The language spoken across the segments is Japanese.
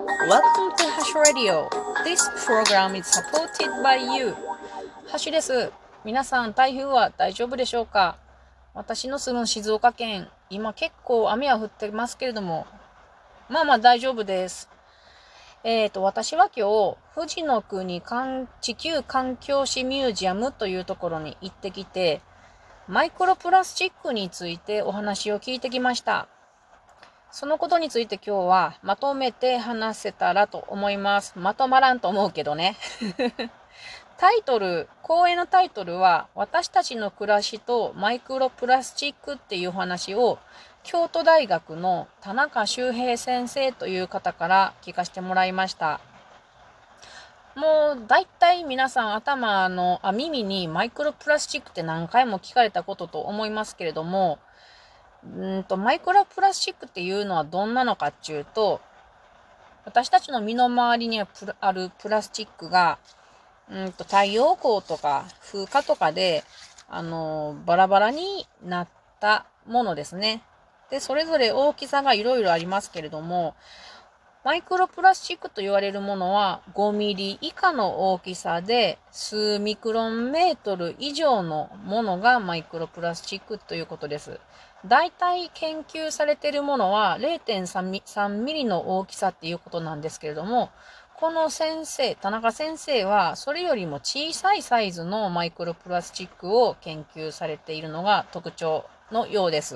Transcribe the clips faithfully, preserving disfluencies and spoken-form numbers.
Welcome to Hash Radio. This program is supported by you. ハッシュです。皆さん、台風は大丈夫でしょうか？私の住む静岡県、今結構雨は降ってますけれども、まあまあ大丈夫です。えーと、私は今日、富士の国地球環境史ミュージアムというところに行ってきて、マイクロプラスチックについてお話を聞いてきました。そのことについて今日はまとめて話せたらと思います。まとまらんと思うけどね。タイトル、講演のタイトルは、私たちの暮らしとマイクロプラスチックっていう話を、京都大学の田中修平先生という方から聞かせてもらいました。もう大体皆さん頭のあ耳にマイクロプラスチックって何回も聞かれたことと思いますけれども、うんとマイクロプラスチックっていうのはどんなのかっていうと、私たちの身の回りにあるプラスチックがうんと太陽光とか風化とかであのバラバラになったものですね。で、それぞれ大きさがいろいろありますけれども、マイクロプラスチックと言われるものはごミリ以下の大きさで数ミクロンメートル以上のものがマイクロプラスチックということです。大体研究されているものは れいてんさん ミリの大きさっていうことなんですけれども、この先生、田中先生はそれよりも小さいサイズのマイクロプラスチックを研究されているのが特徴のようです。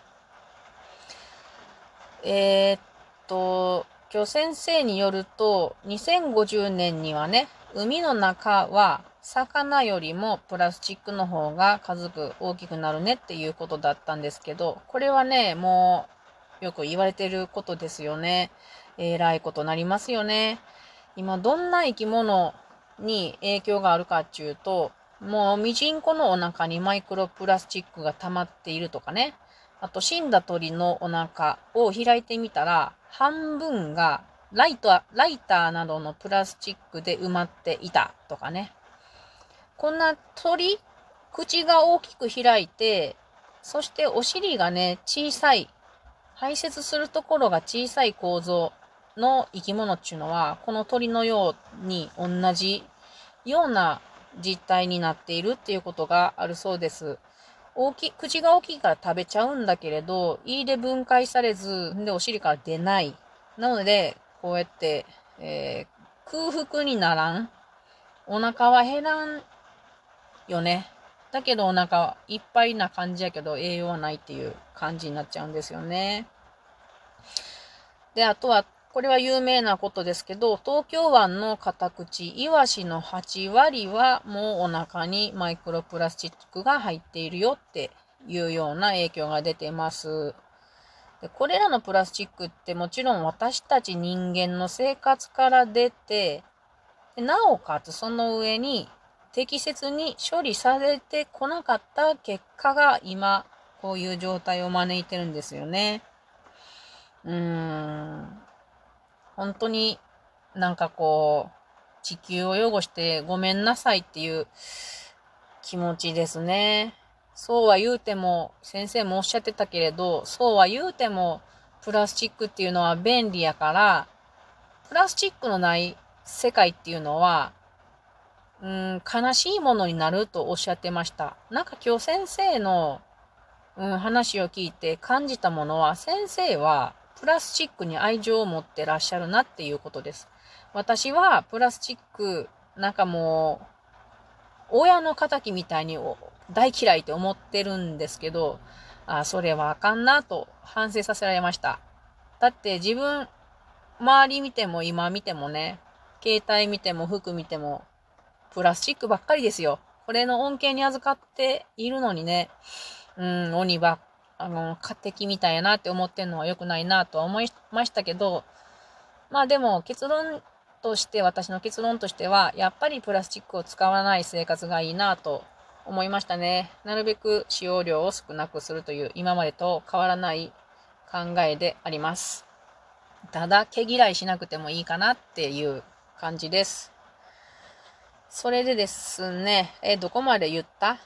えー、っと、今日先生によると、にせんごじゅうねんにはね、海の中は魚よりもプラスチックの方が数大きくなるねっていうことだったんですけど、これはね、もうよく言われてることですよね。えらいことなりますよね。今どんな生き物に影響があるかっていうと、もうミジンコのお腹にマイクロプラスチックが溜まっているとかね。あと死んだ鳥のお腹を開いてみたら、半分がライト、ライターなどのプラスチックで埋まっていたとかね。こんな鳥、口が大きく開いて、そしてお尻がね、小さい、排泄するところが小さい構造の生き物っていうのは、この鳥のように同じような実態になっているっていうことがあるそうです。大きい、口が大きいから食べちゃうんだけれど、胃で分解されず、で、お尻から出ない。なので、こうやって、えー、空腹にならん。お腹は減らんよね。だけどお腹いっぱいな感じやけど、栄養はないっていう感じになっちゃうんですよね。で、あとは、これは有名なことですけど、東京湾のカタクチ、イワシのはちわりはもうお腹にマイクロプラスチックが入っているよっていうような影響が出てます。で、これらのプラスチックってもちろん私たち人間の生活から出て、でなおかつその上に適切に処理されてこなかった結果が今こういう状態を招いてるんですよね。うーん。本当になんかこう、地球を汚してごめんなさいっていう気持ちですね。そうは言うても、先生もおっしゃってたけれど、そうは言うても、プラスチックっていうのは便利やから、プラスチックのない世界っていうのは、うん、悲しいものになるとおっしゃってました。なんか今日先生の、うん、話を聞いて感じたものは、先生はプラスチックに愛情を持ってらっしゃるなっていうことです。私はプラスチック、なんかもう、親の仇みたいに大嫌いって思ってるんですけど、あ、それはあかんなと反省させられました。だって自分、周り見ても今見てもね、携帯見ても服見ても、プラスチックばっかりですよ。これの恩恵に預かっているのにね、うん、鬼ば、あの、敵みたいやなって思ってんのは良くないなとは思いましたけど、まあでも結論として、私の結論としては、やっぱりプラスチックを使わない生活がいいなと思いましたね。なるべく使用量を少なくするという今までと変わらない考えであります。ただ、毛嫌いしなくてもいいかなっていう感じです。それでですね、え、どこまで言った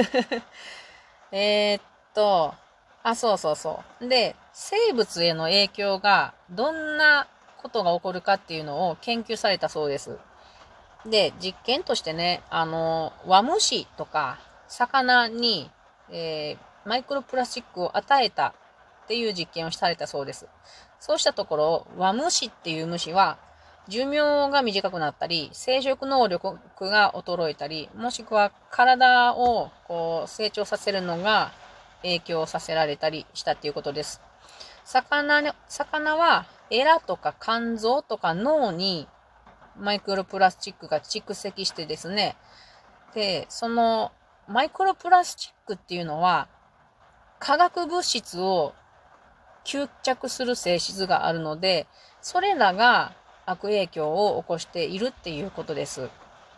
えーっと、あ、そうそうそう。で、生物への影響がどんなことが起こるかっていうのを研究されたそうです。で、実験としてね、あの、ワムシとか魚に、えー、マイクロプラスチックを与えたっていう実験をされたそうです。そうしたところ、ワムシっていう虫は、寿命が短くなったり、生殖能力が衰えたり、もしくは体をこう成長させるのが影響させられたりしたっていうことです。魚、魚はエラとか肝臓とか脳にマイクロプラスチックが蓄積してですね、で、そのマイクロプラスチックっていうのは化学物質を吸着する性質があるので、それらが悪影響を起こしているっていうことです。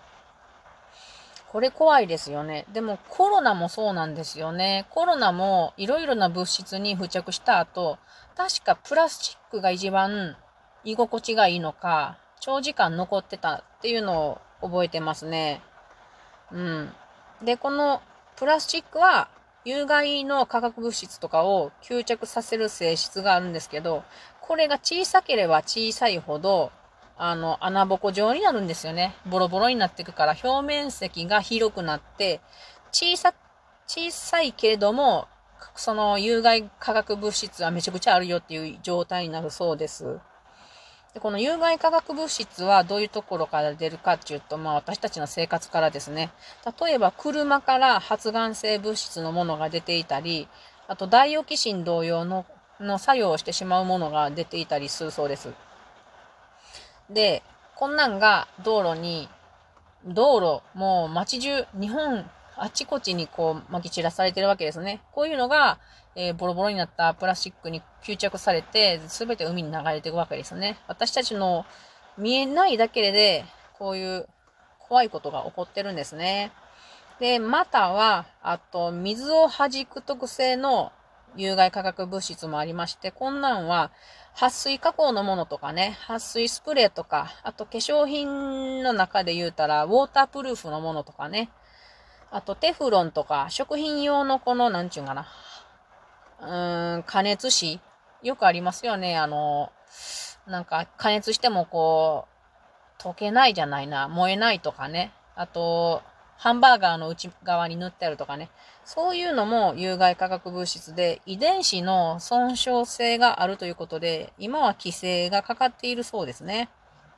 これ怖いですよね。でもコロナもそうなんですよね。コロナもいろいろな物質に付着した後、確かプラスチックが一番居心地がいいのか、長時間残ってたっていうのを覚えてますね。うん。で、このプラスチックは有害の化学物質とかを吸着させる性質があるんですけど、これが小さければ小さいほど、あの、穴ぼこ状になるんですよね。ボロボロになっていくから、表面積が広くなって、小さ、小さいけれども、その有害化学物質はめちゃくちゃあるよっていう状態になるそうです。で、この有害化学物質はどういうところから出るかっていうと、まあ私たちの生活からですね。例えば車から発がん性物質のものが出ていたり、あとダイオキシン同様のの作用をしてしまうものが出ていたりするそうです。で、こんなんが道路に、道路、もう街中、日本、あちこちにこう撒き散らされてるわけですね。こういうのが、えー、ボロボロになったプラスチックに吸着されて、すべて海に流れていくわけですね。私たちの見えないだけで、こういう怖いことが起こってるんですね。で、または、あと、水を弾く特性の有害化学物質もありまして、こんなんは、撥水加工のものとかね、撥水スプレーとか、あと化粧品の中で言うたら、ウォータープルーフのものとかね、あとテフロンとか、食品用のこの、なんちゅうかな、うーん、加熱紙よくありますよね、あの、なんか加熱してもこう、溶けないじゃないな、燃えないとかね、あと、ハンバーガーの内側に塗ってあるとかね。そういうのも有害化学物質で、遺伝子の損傷性があるということで、今は規制がかかっているそうですね。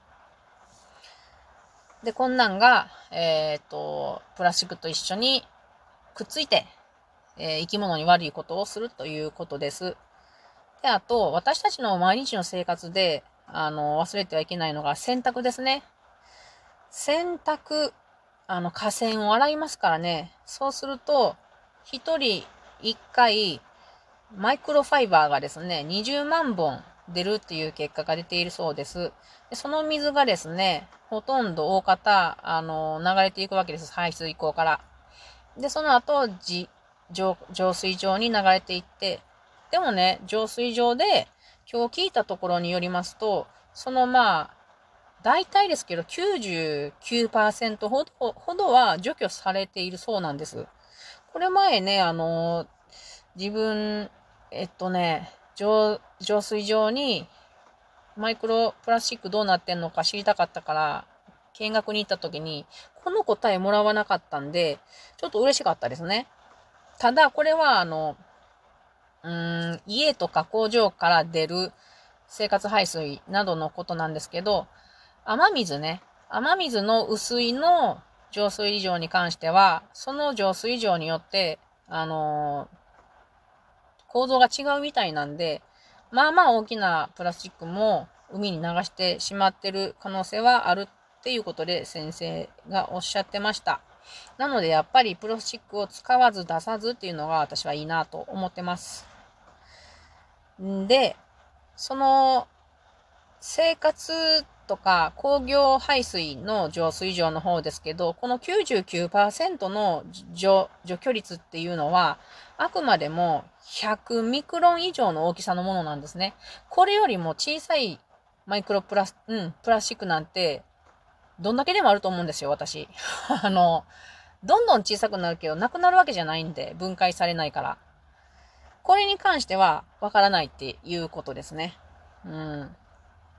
で、こんなんが、えっと、プラスチックと一緒にくっついて、えー生き物に悪いことをするということです。で、あと、私たちの毎日の生活で、あの、忘れてはいけないのが洗濯ですね。洗濯、あの、河川を洗いますからね。そうすると、一人一回、マイクロファイバーがですね、にじゅうまんぼん出るっていう結果が出ているそうです。でその水がですね、ほとんど大方、あの、流れていくわけです。排水溝から。で、その後、じ、浄浄水場に流れていって、でもね、浄水場で、今日聞いたところによりますと、そのまあ、大体ですけど、きゅうじゅうきゅうパーセントほどほどは除去されているそうなんです。これ前ね、あの、自分、えっとね、浄、浄水場にマイクロプラスチックどうなってんのか知りたかったから、見学に行った時に、この答えもらわなかったんで、ちょっと嬉しかったですね。ただ、これは、あの、うーん、家とか工場から出る生活排水などのことなんですけど、雨水ね。雨水の雨水の浄水場に関しては、その浄水場によって、あのー構造が違うみたいなんで、まあまあ大きなプラスチックも海に流してしまってる可能性はあるっていうことで先生がおっしゃってました。なのでやっぱりプラスチックを使わず出さずっていうのが私はいいなと思ってます。んで、その生活とか工業排水の浄水場の方ですけど、このきゅうじゅうきゅうパーセントの除除去率っていうのは、あくまでもひゃくミクロン以上の大きさのものなんですね。これよりも小さいマイクロプラス、うん、プラスチックなんて、どんだけでもあると思うんですよ、私。あの、どんどん小さくなるけど、なくなるわけじゃないんで、分解されないから。これに関しては、わからないっていうことですね。うん。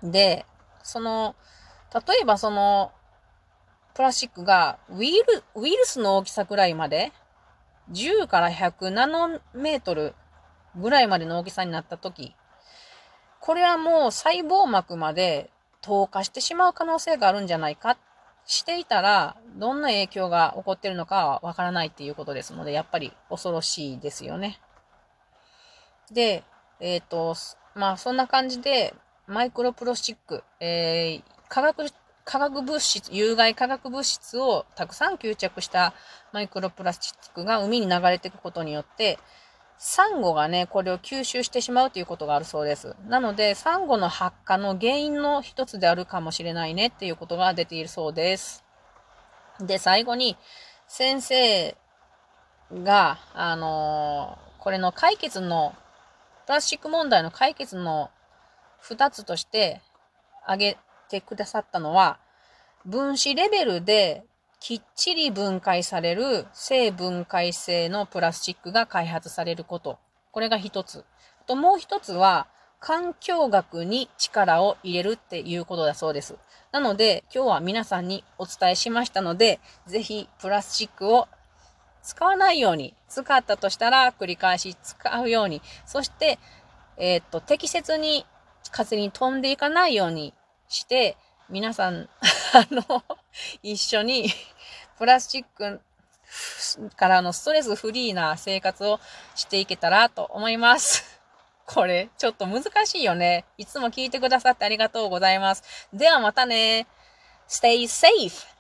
で、その、例えばその、プラスチックがウイル、ウイルスの大きさくらいまで、じゅうからひゃくナノメートルぐらいまでの大きさになったとき、これはもう細胞膜まで透過してしまう可能性があるんじゃないか。していたら、どんな影響が起こっているのかはわからないっていうことですので、やっぱり恐ろしいですよね。で、えっ、ー、と、まあそんな感じで、マイクロプラスチック、えー、化学、化学物質、有害化学物質をたくさん吸着したマイクロプラスチックが海に流れていくことによって、サンゴがね、これを吸収してしまうということがあるそうです。なので、サンゴの発火の原因の一つであるかもしれないねっていうことが出ているそうです。で、最後に、先生が、あのー、これの解決の、プラスチック問題の解決の二つとして挙げてくださったのは、分子レベルできっちり分解される正分解性のプラスチックが開発されること。これが一つ。ともう一つは、環境学に力を入れるっていうことだそうです。なので、今日は皆さんにお伝えしましたので、ぜひプラスチックを使わないように、使ったとしたら繰り返し使うように、そして、えー、っと、適切に風に飛んでいかないようにして、皆さん、あの、一緒にプラスチックからのストレスフリーな生活をしていけたらと思います。これ、ちょっと難しいよね。いつも聞いてくださってありがとうございます。ではまたね。Stay safe!